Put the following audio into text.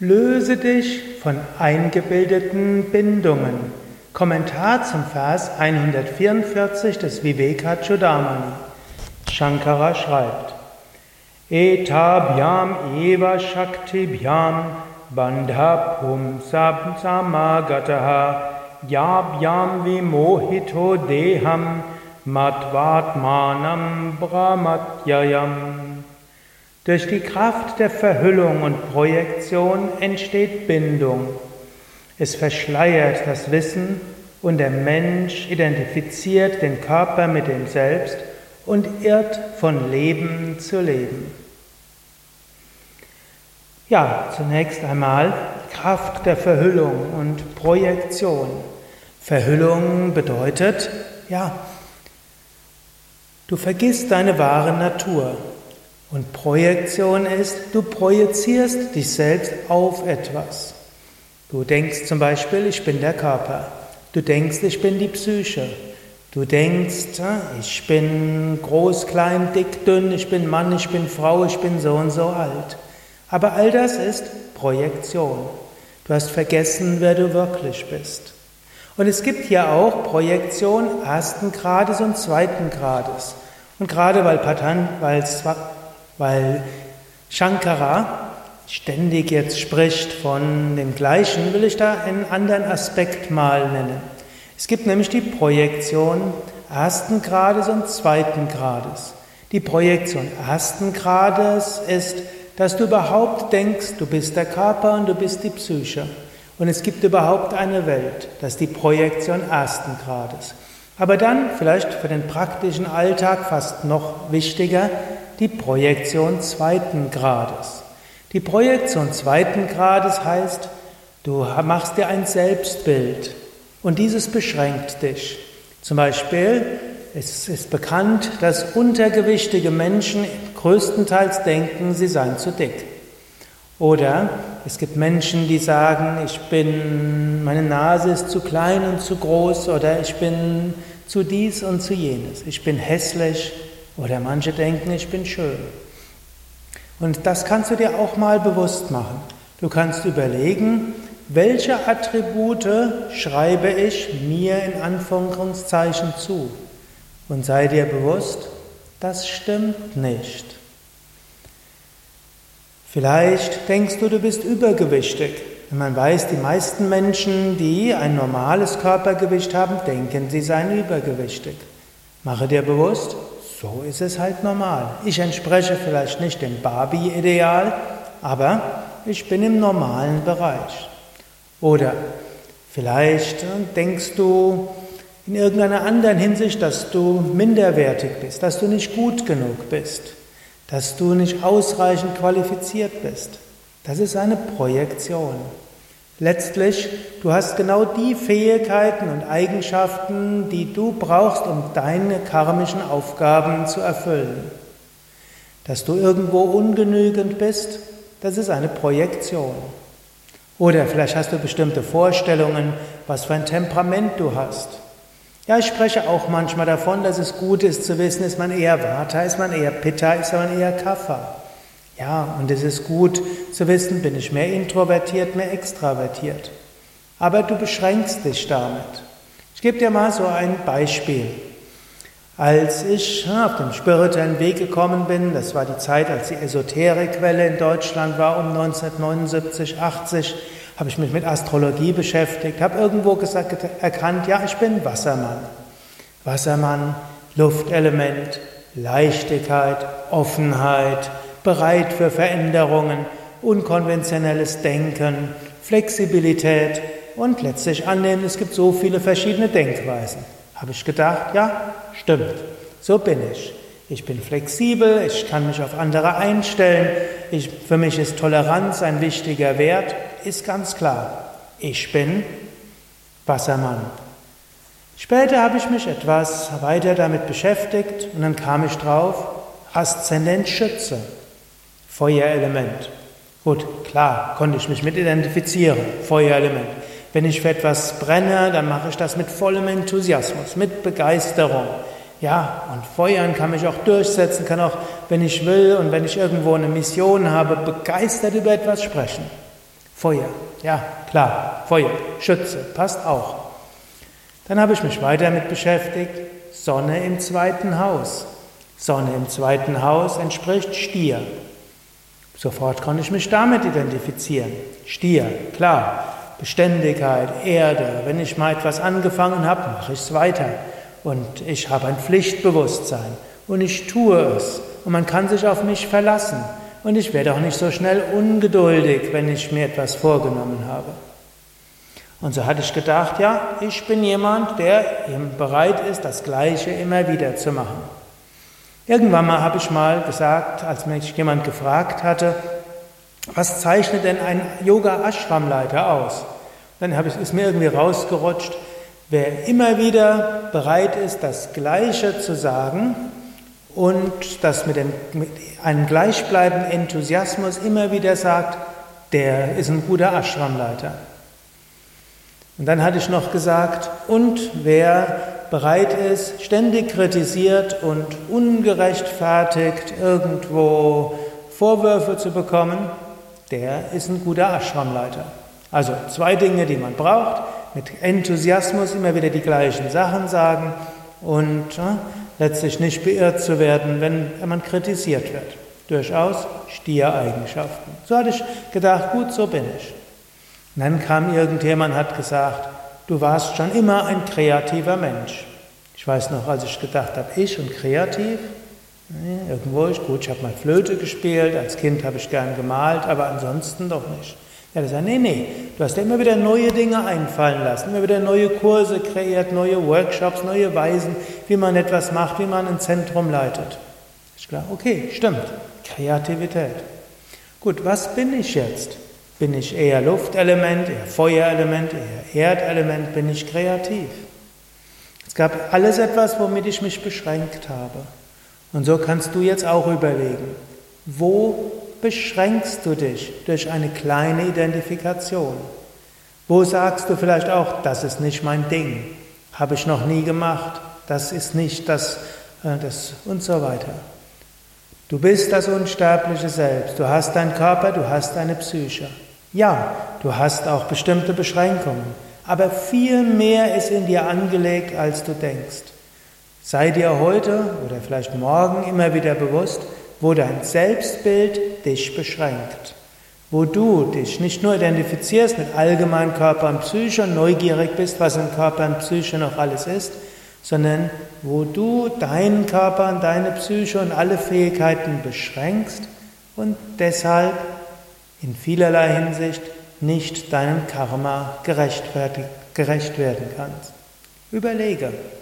Löse dich von eingebildeten Bindungen. Kommentar zum Vers 144 des Vivekachudamani. Shankara schreibt: Etabhyam eva shaktibhyam bandha pumsam samagataha yabhyam vimohito deham matvatmanam brahmatyayam. Durch die Kraft der Verhüllung und Projektion entsteht Bindung. Es verschleiert das Wissen und der Mensch identifiziert den Körper mit dem Selbst und irrt von Leben zu Leben. Ja, zunächst einmal Kraft der Verhüllung und Projektion. Verhüllung bedeutet, du vergisst deine wahre Natur. Und Projektion ist, du projizierst dich selbst auf etwas. Du denkst zum Beispiel, ich bin der Körper. Du denkst, ich bin die Psyche. Du denkst, ich bin groß, klein, dick, dünn, ich bin Mann, ich bin Frau, ich bin so und so alt. Aber all das ist Projektion. Du hast vergessen, wer du wirklich bist. Und es gibt hier auch Projektion ersten Grades und zweiten Grades. Und gerade weil Shankara ständig jetzt spricht von dem Gleichen, will ich da einen anderen Aspekt mal nennen. Es gibt nämlich die Projektion ersten Grades und zweiten Grades. Die Projektion ersten Grades ist, dass du überhaupt denkst, du bist der Körper und du bist die Psyche. Und es gibt überhaupt eine Welt. Das ist die Projektion ersten Grades. Aber dann, vielleicht für den praktischen Alltag fast noch wichtiger, die Projektion zweiten Grades. Die Projektion zweiten Grades heißt, du machst dir ein Selbstbild und dieses beschränkt dich. Zum Beispiel, es ist bekannt, dass untergewichtige Menschen größtenteils denken, sie seien zu dick. Oder es gibt Menschen, die sagen, meine Nase ist zu klein und zu groß, oder ich bin zu dies und zu jenes. Ich bin hässlich, oder manche denken, ich bin schön. Und das kannst du dir auch mal bewusst machen. Du kannst überlegen, welche Attribute schreibe ich mir in Anführungszeichen zu? Und sei dir bewusst, das stimmt nicht. Vielleicht denkst du, du bist übergewichtig. Und man weiß, die meisten Menschen, die ein normales Körpergewicht haben, denken, sie seien übergewichtig. Mache dir bewusst, so ist es halt normal. Ich entspreche vielleicht nicht dem Barbie-Ideal, aber ich bin im normalen Bereich. Oder vielleicht denkst du in irgendeiner anderen Hinsicht, dass du minderwertig bist, dass du nicht gut genug bist, dass du nicht ausreichend qualifiziert bist. Das ist eine Projektion. Letztlich, du hast genau die Fähigkeiten und Eigenschaften, die du brauchst, um deine karmischen Aufgaben zu erfüllen. Dass du irgendwo ungenügend bist, das ist eine Projektion. Oder vielleicht hast du bestimmte Vorstellungen, was für ein Temperament du hast. Ja, ich spreche auch manchmal davon, dass es gut ist zu wissen, ist man eher Vata, ist man eher Pitta, ist man eher Kapha. Ja, und es ist gut zu wissen, bin ich mehr introvertiert, mehr extravertiert. Aber du beschränkst dich damit. Ich gebe dir mal so ein Beispiel. Als ich auf dem spirituellen Weg gekommen bin, das war die Zeit, als die Esoterikwelle in Deutschland war, um 1979, 80, habe ich mich mit Astrologie beschäftigt, habe irgendwo erkannt, ja, ich bin Wassermann. Wassermann, Luftelement, Leichtigkeit, Offenheit, bereit für Veränderungen, unkonventionelles Denken, Flexibilität und letztlich annehmen, es gibt so viele verschiedene Denkweisen. Habe ich gedacht, ja, stimmt, so bin ich. Ich bin flexibel, ich kann mich auf andere einstellen, für mich ist Toleranz ein wichtiger Wert, ist ganz klar. Ich bin Wassermann. Später habe ich mich etwas weiter damit beschäftigt und dann kam ich drauf, Aszendent Schütze. Feuerelement. Gut, klar, konnte ich mich mit identifizieren. Feuerelement. Wenn ich für etwas brenne, dann mache ich das mit vollem Enthusiasmus, mit Begeisterung. Ja, und Feuern kann mich auch durchsetzen, kann auch, wenn ich will und wenn ich irgendwo eine Mission habe, begeistert über etwas sprechen. Feuer. Ja, klar, Feuer, Schütze, passt auch. Dann habe ich mich weiter damit beschäftigt, Sonne im zweiten Haus. Sonne im zweiten Haus entspricht Stier. Sofort konnte ich mich damit identifizieren. Stier, klar, Beständigkeit, Erde. Wenn ich mal etwas angefangen habe, mache ich es weiter. Und ich habe ein Pflichtbewusstsein. Und ich tue es. Und man kann sich auf mich verlassen. Und ich werde auch nicht so schnell ungeduldig, wenn ich mir etwas vorgenommen habe. Und so hatte ich gedacht, ja, ich bin jemand, der eben bereit ist, das Gleiche immer wieder zu machen. Irgendwann mal habe ich mal gesagt, als mich jemand gefragt hatte, was zeichnet denn ein Yoga-Ashram-Leiter aus? Dann ist mir irgendwie rausgerutscht, wer immer wieder bereit ist, das Gleiche zu sagen und das mit einem gleichbleibenden Enthusiasmus immer wieder sagt, der ist ein guter Ashram-Leiter. Und dann hatte ich noch gesagt, und wer bereit ist, ständig kritisiert und ungerechtfertigt irgendwo Vorwürfe zu bekommen, der ist ein guter Ashramleiter. Also 2 Dinge, die man braucht, mit Enthusiasmus immer wieder die gleichen Sachen sagen und letztlich nicht beirrt zu werden, wenn man kritisiert wird. Durchaus Stiereigenschaften. So hatte ich gedacht, gut, so bin ich. Und dann kam irgendjemand und hat gesagt, du warst schon immer ein kreativer Mensch. Ich weiß noch, als ich gedacht habe, ich und kreativ, irgendwo ist gut, ich habe mal Flöte gespielt, als Kind habe ich gern gemalt, aber ansonsten doch nicht. Er hat gesagt, nee, du hast ja immer wieder neue Dinge einfallen lassen, immer wieder neue Kurse kreiert, neue Workshops, neue Weisen, wie man etwas macht, wie man ein Zentrum leitet. Ich glaube, okay, stimmt, Kreativität. Gut, was bin ich jetzt? Bin ich eher Luftelement, eher Feuerelement, eher Erdelement, bin ich kreativ? Es gab alles etwas, womit ich mich beschränkt habe. Und so kannst du jetzt auch überlegen, wo beschränkst du dich durch eine kleine Identifikation? Wo sagst du vielleicht auch, das ist nicht mein Ding, habe ich noch nie gemacht, das ist nicht das und so weiter. Du bist das unsterbliche Selbst, du hast deinen Körper, du hast deine Psyche. Ja, du hast auch bestimmte Beschränkungen, aber viel mehr ist in dir angelegt, als du denkst. Sei dir heute oder vielleicht morgen immer wieder bewusst, wo dein Selbstbild dich beschränkt. Wo du dich nicht nur identifizierst mit allgemein Körper und Psyche und neugierig bist, was in Körper und Psyche noch alles ist, sondern wo du deinen Körper und deine Psyche und alle Fähigkeiten beschränkst und deshalb in vielerlei Hinsicht nicht deinem Karma gerecht werden kannst. Überlege.